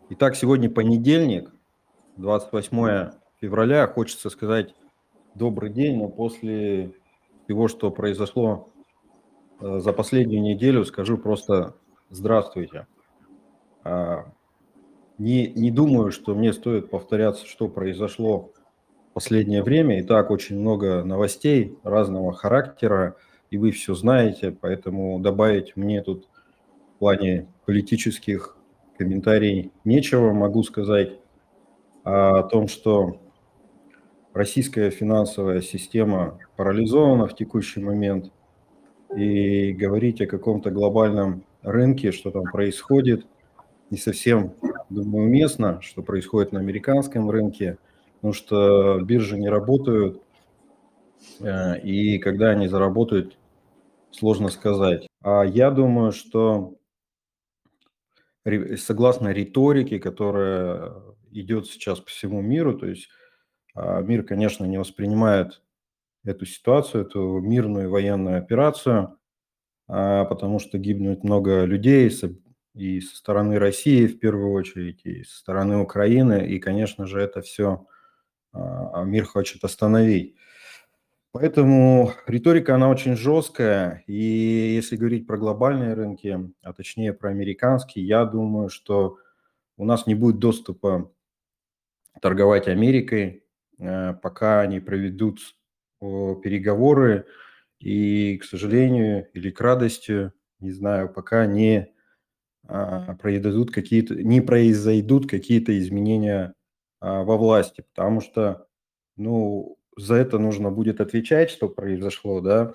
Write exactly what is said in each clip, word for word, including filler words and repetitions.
Итак, сегодня понедельник, двадцать восьмое февраля. Хочется сказать добрый день, но после всего, что произошло э, за последнюю неделю, скажу просто здравствуйте. А, Не, не думаю, что мне стоит повторяться, что произошло в последнее время. И так очень много новостей разного характера, и вы все знаете, поэтому добавить мне тут в плане политических комментариев нечего. Могу сказать о том, что российская финансовая система парализована в текущий момент, и говорить о каком-то глобальном рынке, что там происходит, не совсем, думаю, уместно, что происходит на американском рынке, потому что биржи не работают, э, и когда они заработают, сложно сказать. А я думаю, что ри- согласно риторике, которая идет сейчас по всему миру, то есть а, мир, конечно, не воспринимает эту ситуацию, эту мирную военную операцию, а, потому что гибнет много людей со- и со стороны России в первую очередь, и со стороны Украины, и, конечно же, это все мир хочет остановить. Поэтому риторика, она очень жесткая, и если говорить про глобальные рынки, а точнее про американские, я думаю, что у нас не будет доступа торговать Америкой, э, пока они проведут о, переговоры и, к сожалению, или к радости, не знаю, пока не а, произойдут какие-то, не произойдут какие-то изменения а, во власти, потому что, ну, за это нужно будет отвечать, что произошло, да,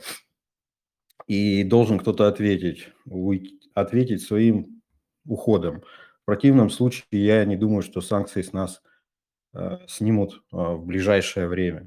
и должен кто-то ответить, уйти- ответить своим уходом. В противном случае я не думаю, что санкции с нас э, снимут э, в ближайшее время.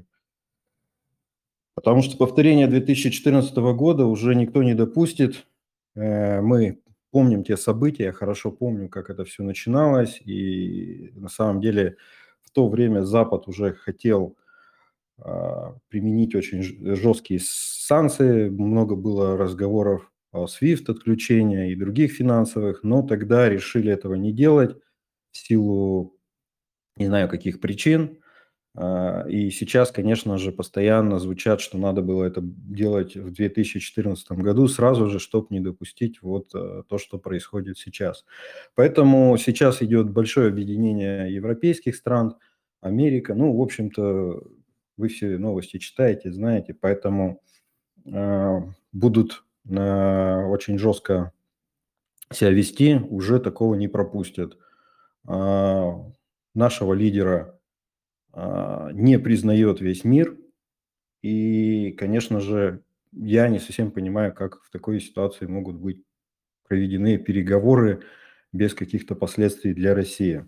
Потому что повторение две тысячи четырнадцатого года уже никто не допустит. Э, Мы помним те события, я хорошо помню, как это все начиналось. И на самом деле в то время Запад уже хотел а, применить очень ж- жесткие санкции. Много было разговоров о свифт отключения и других финансовых, но тогда решили этого не делать в силу не знаю каких причин. А, И сейчас, конечно же, постоянно звучат, что надо было это делать в две тысячи четырнадцатом году сразу же, чтобы не допустить вот э, то, что происходит сейчас. Поэтому сейчас идет большое объединение европейских стран, Америка. Ну, в общем-то, вы все новости читаете, знаете, поэтому э, будут э, очень жестко себя вести, уже такого не пропустят. А, Нашего лидера а, не признает весь мир. И, конечно же, я не совсем понимаю, как в такой ситуации могут быть проведены переговоры без каких-то последствий для России.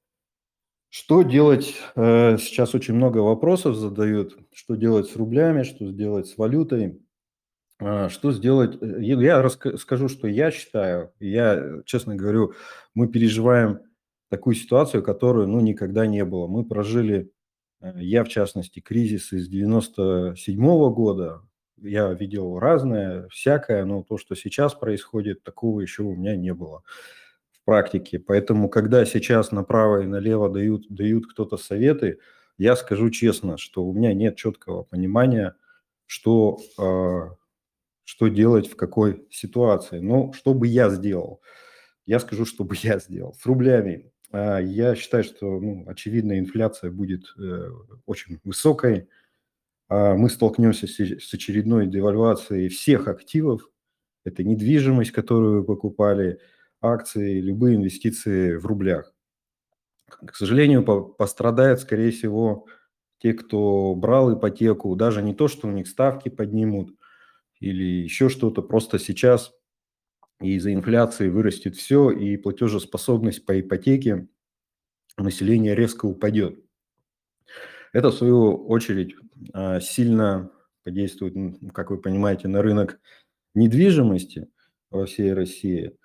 Что делать? э, Сейчас очень много вопросов задают. Что делать с рублями, что сделать с валютой, а, что сделать? э, Я я раска- скажу, что я считаю. Я, э, честно говорю, мы переживаем такую ситуацию, которую, ну, никогда не было. Мы прожили, э, я в частности, кризис из девяносто седьмого года. Я видел разное, всякое, но то, что сейчас происходит, такого еще у меня не было в практике. Поэтому, когда сейчас направо и налево дают, дают кто-то советы, я скажу честно, что у меня нет четкого понимания, что э, что делать в какой ситуации. Ну, что бы я сделал? Я скажу, что бы я сделал. С рублями. а, Я считаю, что, ну, очевидно, инфляция будет э, очень высокой. А Мы столкнемся с с очередной девальвацией всех активов. Это недвижимость, которую вы покупали, акции, любые инвестиции в рублях. К сожалению, по- пострадают, скорее всего, те, кто брал ипотеку. Даже не то, что у них ставки поднимут или еще что-то. Просто сейчас и из-за инфляции вырастет все, и платежеспособность по ипотеке населения резко упадет. Это, в свою очередь, а, сильно подействует, м, как вы понимаете, на рынок недвижимости во всей России.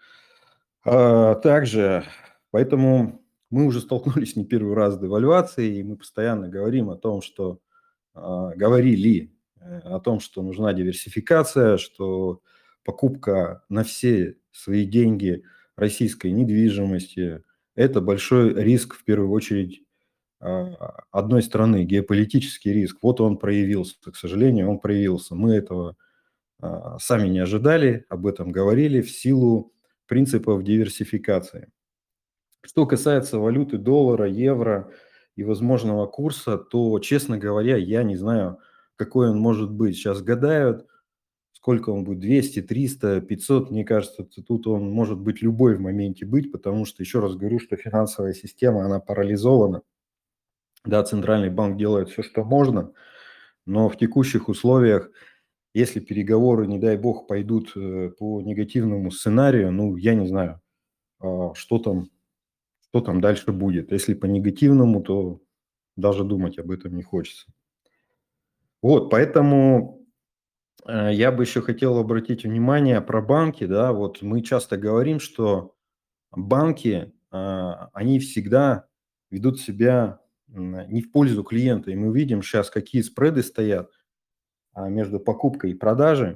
А также, поэтому мы уже столкнулись не первый раз с девальвацией, и мы постоянно говорим о том, что а, говорили э, о том, что нужна диверсификация, что покупка на все свои деньги российской недвижимости – это большой риск, в первую очередь, а, одной страны, геополитический риск. Вот он проявился, к сожалению, он проявился. Мы этого а, сами не ожидали, об этом говорили в силу принципов диверсификации. Что касается валюты доллара, евро и возможного курса, то, честно говоря, я не знаю, какой он может быть. Сейчас гадают, сколько он будет, двести, триста, пятьсот. Мне кажется, тут он может быть любой в моменте быть, потому что, еще раз говорю, что финансовая система, она парализована. Да, Центральный банк делает все, что можно, но в текущих условиях, если переговоры, не дай бог, пойдут э, по негативному сценарию, ну, я не знаю, а, что там, что там дальше будет. Если по негативному, то даже думать об этом не хочется. Вот, поэтому э, я бы еще хотел обратить внимание про банки, да, вот мы часто говорим, что банки, а, они всегда ведут себя м, не в пользу клиента, и мы видим сейчас, какие спреды стоят а, между покупкой и продажей.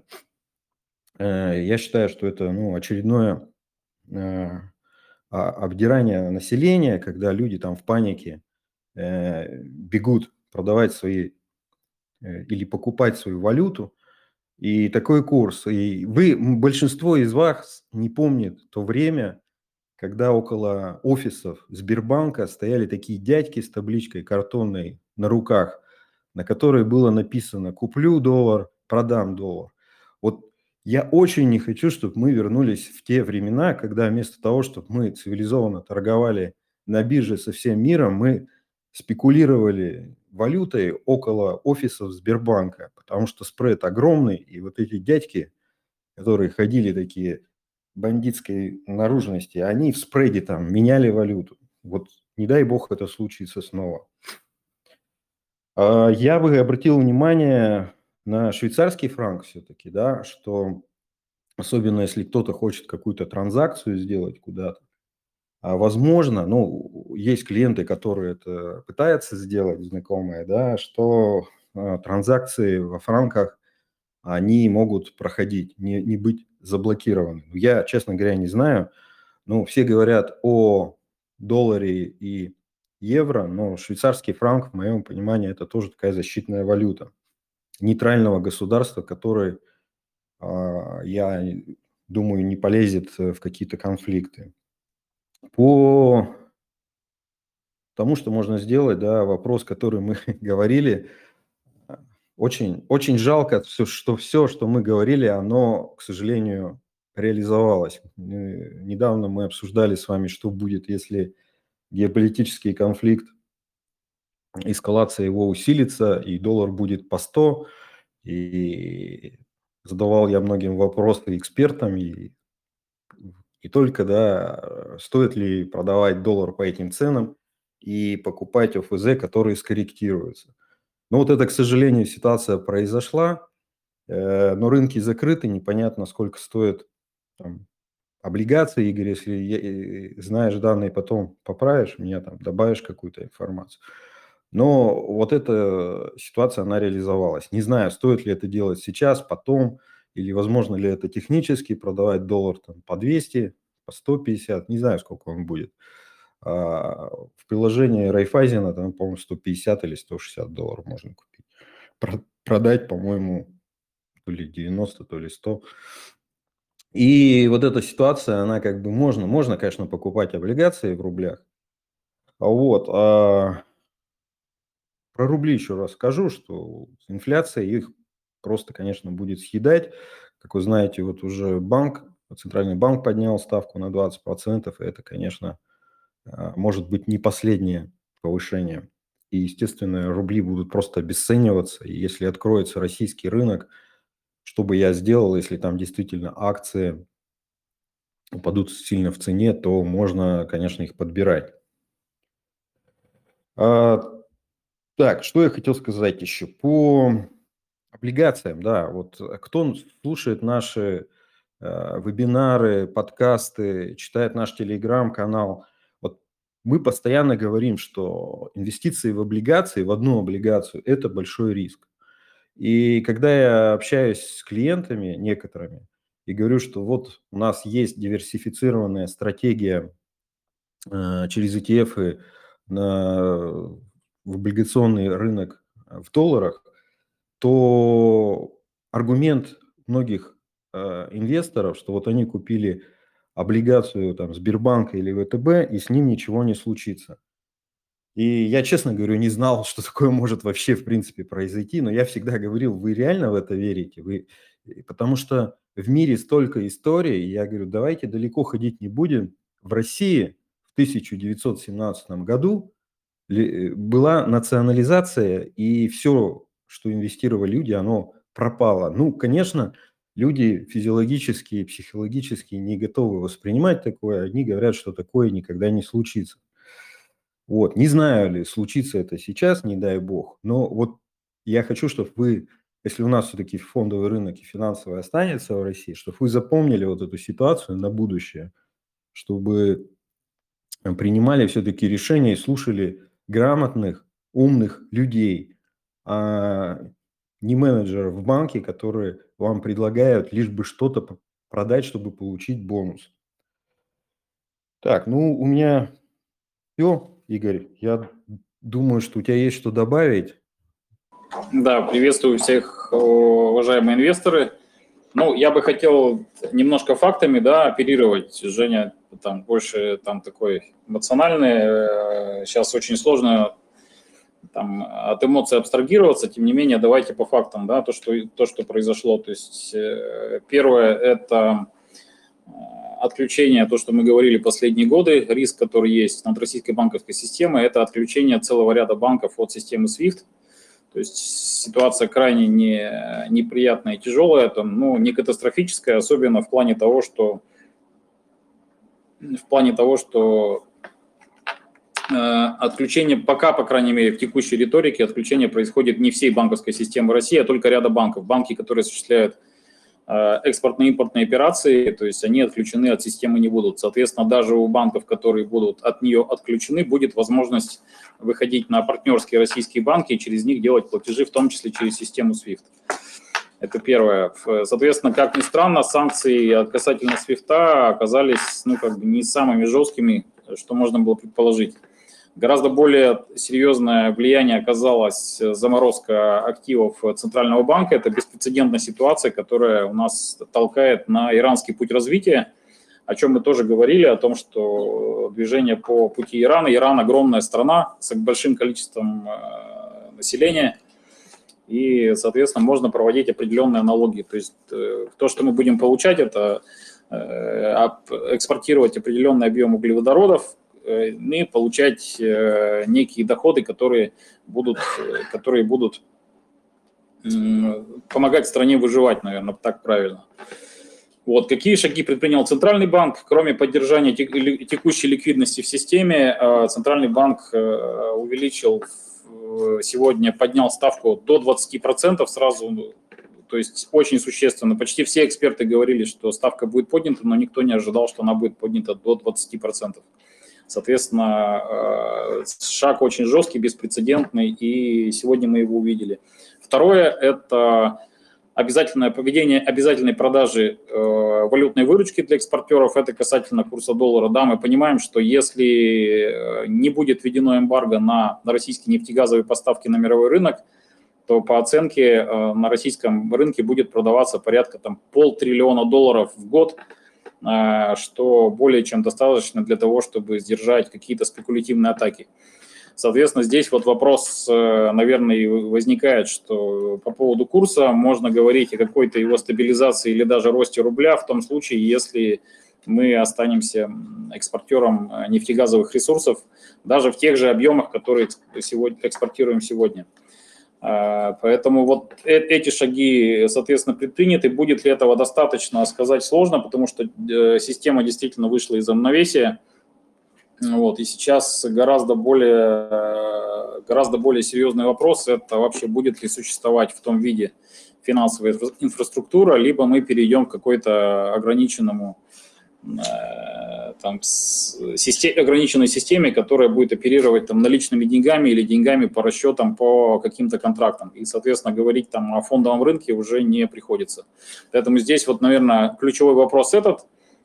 Э, Я считаю, что это ну, очередное э, а, обдирание населения, когда люди там в панике э, бегут продавать свои э, или покупать свою валюту. И такой курс. И вы, м, большинство из вас не помнит то время, когда около офисов Сбербанка стояли такие дядьки с табличкой картонной на руках, на которой было написано «Куплю доллар, продам доллар». Вот я очень не хочу, чтобы мы вернулись в те времена, когда вместо того, чтобы мы цивилизованно торговали на бирже со всем миром, мы спекулировали валютой около офисов Сбербанка, потому что спред огромный, и вот эти дядьки, которые ходили такие бандитской наружности, они в спреде там меняли валюту. Вот не дай бог это случится снова. А, Я бы обратил внимание на швейцарский франк все-таки, да, что особенно если кто-то хочет какую-то транзакцию сделать куда-то, а возможно, ну, есть клиенты, которые это пытаются сделать, знакомые, да, что а, транзакции во франках, они могут проходить, не, не быть заблокированы. Я, честно говоря, не знаю. Ну, все говорят о долларе и евро, но швейцарский франк, в моем понимании, это тоже такая защитная валюта нейтрального государства, который, а, я думаю, не полезет в какие-то конфликты. По тому, что можно сделать, да, вопрос, который мы говорили, а, очень, очень жалко, всё, что все, что мы говорили, оно, к сожалению, реализовалось. Э, Недавно мы обсуждали с вами, что будет, если геополитический конфликт, эскалация его усилится, и доллар будет по сто. И задавал я многим вопросы экспертам, и не только, да, стоит ли продавать доллар по этим ценам и покупать ОФЗ, которые скорректируются. Но вот это, к сожалению, ситуация произошла, э, но рынки закрыты, непонятно, сколько стоит там, облигации, Игорь, если я- э, знаешь данные, потом поправишь меня, там, добавишь какую-то информацию. Но вот эта ситуация, она реализовалась. Не знаю, стоит ли это делать сейчас, потом, или возможно ли это технически, продавать доллар там, по двести, по сто пятьдесят, не знаю, сколько он будет. А, в приложении Райфайзена, там, по-моему, сто пятьдесят или сто шестьдесят долларов можно купить. Про- продать, по-моему, то ли девяносто, то ли сто. И вот эта ситуация, она как бы можно, можно, конечно, покупать облигации в рублях. А вот, а про рубли еще раз скажу, что инфляция их просто, конечно, будет съедать. Как вы знаете, вот уже банк, Центральный банк поднял ставку на двадцать процентов, и это, конечно, а, может быть не последнее повышение. И, естественно, рубли будут просто обесцениваться. И если откроется российский рынок, что бы я сделал, если там действительно акции упадут сильно в цене, то можно, конечно, их подбирать. А, так, что я хотел сказать еще по облигациям, да. Вот э, кто слушает наши э, вебинары, подкасты, читает наш телеграм-канал, вот мы постоянно говорим, что инвестиции в облигации, в одну облигацию, это большой риск. И когда я общаюсь с клиентами некоторыми и говорю, что вот у нас есть диверсифицированная стратегия через и ти эф на, в облигационный рынок в долларах, то аргумент многих э, инвесторов, что вот они купили облигацию там, Сбербанка или вэ тэ бэ, и с ним ничего не случится. И я, честно говорю, не знал, что такое может вообще в принципе произойти, но я всегда говорил, вы реально в это верите? Вы... Потому что в мире столько историй, я говорю, давайте далеко ходить не будем. В России в тысяча девятьсот семнадцатом году была национализация, и все, что инвестировали люди, оно пропало. Ну, конечно, люди физиологически и психологически не готовы воспринимать такое, они говорят, что такое никогда не случится. Вот. Не знаю ли, случится это сейчас, не дай бог, но вот я хочу, чтобы вы, если у нас все-таки фондовый рынок и финансовый останется в России, чтобы вы запомнили вот эту ситуацию на будущее, чтобы принимали все-таки решения и слушали грамотных, умных людей, а не менеджеров в банке, которые вам предлагают лишь бы что-то продать, чтобы получить бонус. Так, ну у меня все, Игорь. Я думаю, что у тебя есть что добавить. Да, приветствую всех, уважаемые инвесторы. Ну, я бы хотел немножко фактами, да, оперировать. Женя там больше там такой эмоциональный. Сейчас очень сложно там от эмоций абстрагироваться. Тем не менее, давайте по фактам, да, то, что, то, что произошло. То есть первое – это отключение, то, что мы говорили последние годы, риск, который есть над российской банковской системой, это отключение целого ряда банков от системы свифт. То есть ситуация крайне не, неприятная и тяжелая, там, ну, не катастрофическая, особенно в плане того, что, в плане того, что э, отключение, пока, по крайней мере, в текущей риторике, отключение происходит не всей банковской системы России, а только ряда банков. Банки, которые осуществляют э, экспортно-импортные операции, то есть они отключены от системы не будут. Соответственно, даже у банков, которые будут от нее отключены, будет возможность выходить на партнерские российские банки и через них делать платежи, в том числе через систему свифт. Это первое. Соответственно, как ни странно, санкции касательно свифта оказались, ну, как бы не самыми жесткими, что можно было предположить. Гораздо более серьезное влияние оказалось заморозка активов Центрального банка. Это беспрецедентная ситуация, которая у нас толкает на иранский путь развития, о чем мы тоже говорили, о том, что движение по пути Ирана. Иран – огромная страна с большим количеством населения, и, соответственно, можно проводить определенные аналогии. То есть то, что мы будем получать, это экспортировать определенный объем углеводородов и получать некие доходы, которые будут, которые будут помогать стране выживать, наверное, так правильно. Вот. Какие шаги предпринял Центральный банк? Кроме поддержания текущей ликвидности в системе, Центральный банк увеличил сегодня, поднял ставку до двадцати процентов сразу, то есть очень существенно. Почти все эксперты говорили, что ставка будет поднята, но никто не ожидал, что она будет поднята до двадцати процентов. Соответственно, шаг очень жесткий, беспрецедентный, и сегодня мы его увидели. Второе – это обязательное поведение, обязательной продажи э, валютной выручки для экспортеров. Это касательно курса доллара. Да, мы понимаем, что если не будет введено эмбарго на, на российские нефтегазовые поставки на мировой рынок, то по оценке э, на российском рынке будет продаваться порядка там, полтриллиона долларов в год, э, что более чем достаточно для того, чтобы сдержать какие-то спекулятивные атаки. Соответственно, здесь вот вопрос, наверное, возникает, что по поводу курса можно говорить о какой-то его стабилизации или даже росте рубля в том случае, если мы останемся экспортером нефтегазовых ресурсов, даже в тех же объемах, которые сегодня, экспортируем сегодня. Поэтому вот эти шаги, соответственно, предприняты. Будет ли этого достаточно, сказать сложно, потому что система действительно вышла из равновесия. Вот, и сейчас гораздо более, гораздо более серьезный вопрос – это вообще будет ли существовать в том виде финансовая инфраструктура, либо мы перейдем к какой-то ограниченному, там, системе, ограниченной системе, которая будет оперировать там, наличными деньгами или деньгами по расчетам по каким-то контрактам. И, соответственно, говорить там, о фондовом рынке уже не приходится. Поэтому здесь, вот, наверное, ключевой вопрос этот.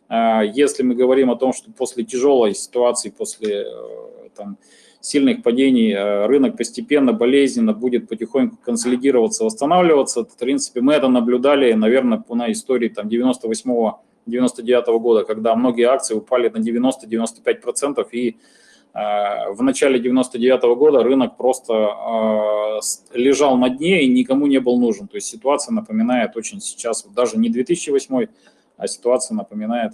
Если мы говорим о том, что после тяжелой ситуации, после там, сильных падений рынок постепенно, болезненно будет потихоньку консолидироваться, восстанавливаться, то, в принципе, мы это наблюдали, наверное, на истории там, девяносто восьмого — девяносто девятого года, когда многие акции упали на девяносто — девяносто пять процентов, и э, в начале девяносто девятого года рынок просто э, лежал на дне и никому не был нужен. То есть ситуация напоминает очень сейчас, даже не две тысячи восьмой, а ситуация напоминает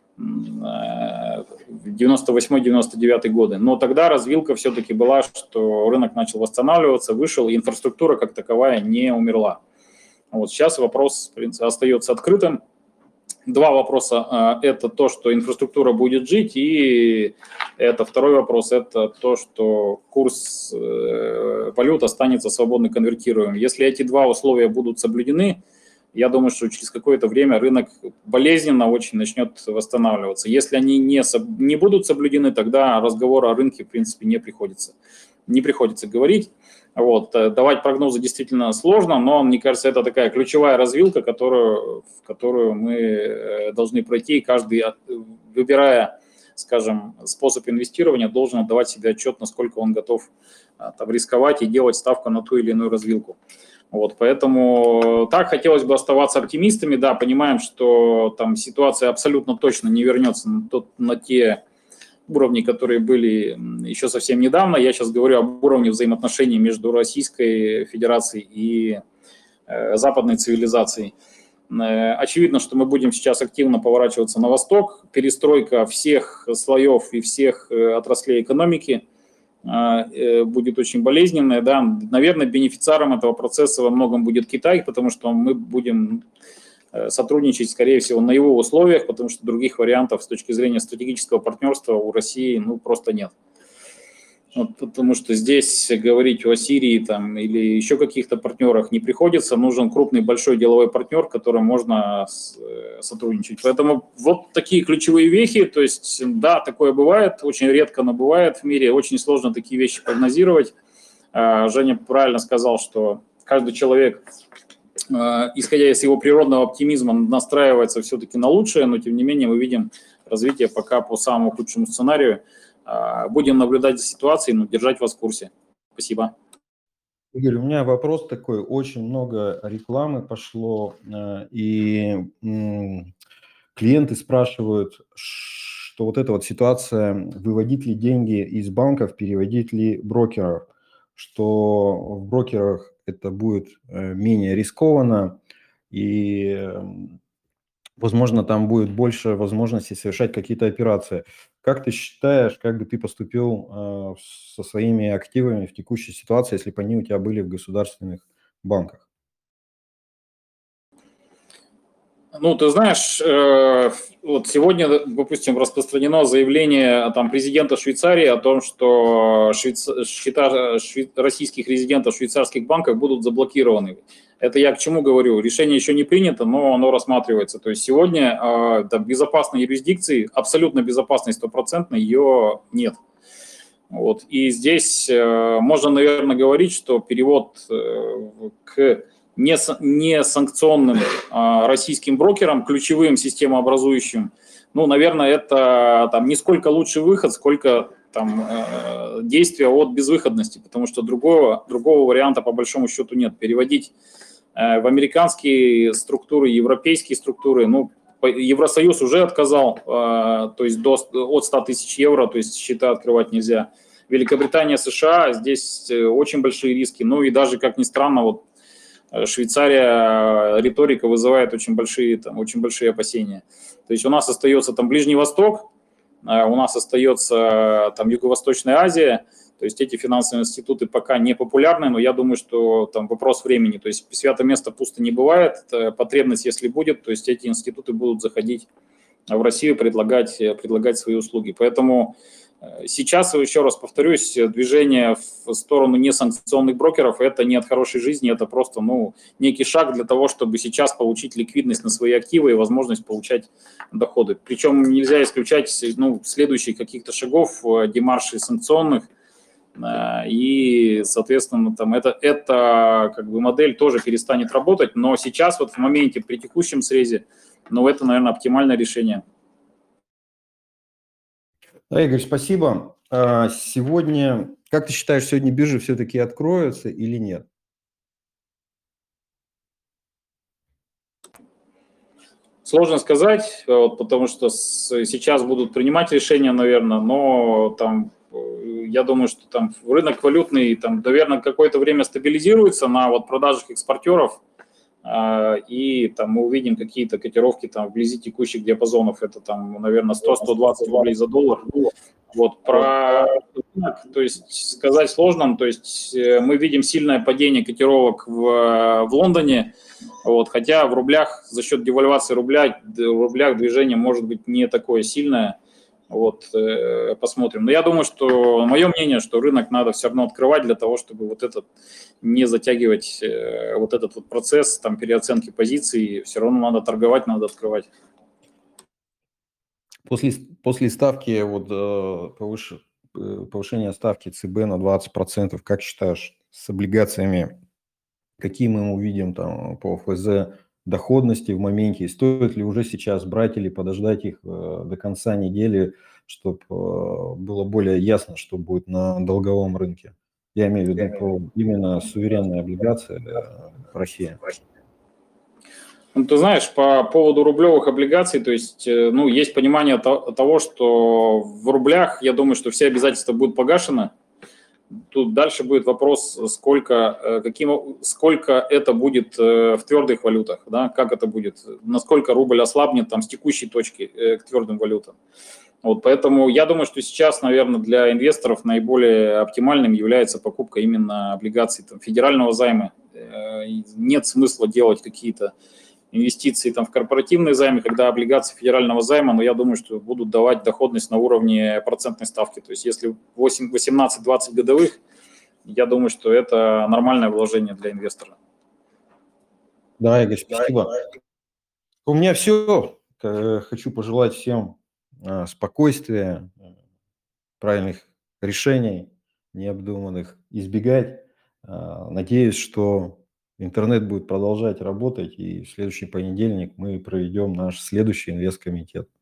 девяносто восьмой — девяносто девятый годы. Но тогда развилка все-таки была, что рынок начал восстанавливаться, вышел, и инфраструктура как таковая не умерла. Вот сейчас вопрос, в принципе, остается открытым. Два вопроса. Это то, что инфраструктура будет жить, и это второй вопрос, это то, что курс валют останется свободно конвертируемым. Если эти два условия будут соблюдены, я думаю, что через какое-то время рынок болезненно очень начнет восстанавливаться. Если они не, не будут соблюдены, тогда разговор о рынке, в принципе, не приходится, не приходится говорить. Вот. Давать прогнозы действительно сложно, но, мне кажется, это такая ключевая развилка, которую, в которую мы должны пройти, и каждый, выбирая, скажем, способ инвестирования, должен отдавать себе отчет, насколько он готов там, рисковать и делать ставку на ту или иную развилку. Вот, поэтому так хотелось бы оставаться оптимистами, да, понимаем, что там ситуация абсолютно точно не вернется на, тот, на те уровни, которые были еще совсем недавно. Я сейчас говорю об уровне взаимоотношений между Российской Федерацией и э, западной цивилизацией. Э, очевидно, что мы будем сейчас активно поворачиваться на восток. Перестройка всех слоев и всех э, отраслей экономики будет очень болезненная, да, наверное, бенефициаром этого процесса во многом будет Китай, потому что мы будем сотрудничать, скорее всего, на его условиях, потому что других вариантов с точки зрения стратегического партнерства у России, ну, просто нет. Вот, потому что здесь говорить о Сирии там, или еще каких-то партнерах не приходится, нужен крупный большой деловой партнер, с которым можно сотрудничать. Поэтому вот такие ключевые вехи, то есть да, такое бывает, очень редко, но бывает в мире, очень сложно такие вещи прогнозировать. Женя правильно сказал, что каждый человек, исходя из его природного оптимизма, настраивается все-таки на лучшее, но тем не менее мы видим развитие пока по самому худшему сценарию. Будем наблюдать за ситуацией, но держать вас в курсе. Спасибо. Игорь, у меня вопрос такой. Очень много рекламы пошло, и клиенты спрашивают, что вот эта вот ситуация, выводить ли деньги из банков, переводить ли брокеров, что в брокерах это будет менее рискованно, и, возможно, там будет больше возможностей совершать какие-то операции. Как ты считаешь, как бы ты поступил э, со своими активами в текущей ситуации, если бы они у тебя были в государственных банках? Ну, ты знаешь, э, вот сегодня, допустим, распространено заявление там, президента Швейцарии о том, что швейц... счета швей... российских резидентов швейцарских банков будут заблокированы. Это я к чему говорю? Решение еще не принято, но оно рассматривается. То есть сегодня э, да, безопасной юрисдикции, абсолютно безопасной, стопроцентной, ее нет. Вот. И здесь э, можно, наверное, говорить, что перевод э, к несанкционным э, российским брокерам, ключевым системообразующим, ну, наверное, это там, не сколько лучший выход, сколько там, э, действия от безвыходности, потому что другого, другого варианта по большому счету нет. Переводить в американские структуры, европейские структуры, ну, Евросоюз уже отказал, то есть до, от ста тысяч евро, то есть счета открывать нельзя. Великобритания, США, здесь очень большие риски, ну и даже, как ни странно, вот Швейцария, риторика вызывает очень большие, там, очень большие опасения. То есть у нас остается там Ближний Восток, у нас остается там Юго-Восточная Азия. То есть эти финансовые институты пока не популярны, но я думаю, что там вопрос времени. То есть святое место пусто не бывает. Потребность, если будет, то есть эти институты будут заходить в Россию, предлагать, предлагать свои услуги. Поэтому сейчас, еще раз повторюсь, движение в сторону несанкционных брокеров – это не от хорошей жизни, это просто ну, некий шаг для того, чтобы сейчас получить ликвидность на свои активы и возможность получать доходы. Причем нельзя исключать ну, следующих каких-то шагов, демаршей санкционных. И, соответственно, там это, эта как бы, модель тоже перестанет работать, но сейчас вот в моменте при текущем срезе, ну, это, наверное, оптимальное решение. Да, Игорь, спасибо. А, Сегодня, как ты считаешь, сегодня биржи все-таки откроются или нет? Сложно сказать, э, вот, потому что с- сейчас будут принимать решения, наверное, но там, э, я думаю, что там рынок валютный, там, наверное, какое-то время стабилизируется на вот продажах экспортеров, а, и там мы увидим какие-то котировки там вблизи текущих диапазонов, это там, наверное, сто сто двадцать рублей за доллар. Вот про рынок, то есть сказать сложно, то есть э, мы видим сильное падение котировок в, в Лондоне, вот, хотя в рублях за счет девальвации рубля, в рублях движение может быть не такое сильное, вот, э, посмотрим. Но я думаю, что, мое мнение, что рынок надо все равно открывать для того, чтобы вот этот, не затягивать э, вот этот вот процесс там переоценки позиций, все равно надо торговать, надо открывать. После, после ставки, вот, э, повыш- э, повышения ставки ЦБ на двадцать процентов, как считаешь, с облигациями, какие мы увидим там по ФЗ доходности в моменте? И стоит ли уже сейчас брать или подождать их э, до конца недели, чтобы было более ясно, что будет на долговом рынке? Я имею в виду про именно суверенные облигации э, России. Ну, ты знаешь, по поводу рублевых облигаций, то есть, э, ну, есть понимание то- того, что в рублях, я думаю, что все обязательства будут погашены. Тут дальше будет вопрос, сколько, э, каким, сколько это будет э, в твердых валютах, да, как это будет, насколько рубль ослабнет там с текущей точки э, к твердым валютам. Вот поэтому я думаю, что сейчас, наверное, для инвесторов наиболее оптимальным является покупка именно облигаций там, федерального займа. Э, Нет смысла делать какие-то инвестиции там, в корпоративные займы, когда облигации федерального займа, но я думаю, что будут давать доходность на уровне процентной ставки. То есть если восемнадцать-двадцать годовых, я думаю, что это нормальное вложение для инвестора. Да, Игорь, спасибо. У меня все. Хочу пожелать всем э, спокойствия, э, правильных решений, необдуманных избегать. А, Надеюсь, что интернет будет продолжать работать, и в следующий понедельник мы проведем наш следующий инвесткомитет.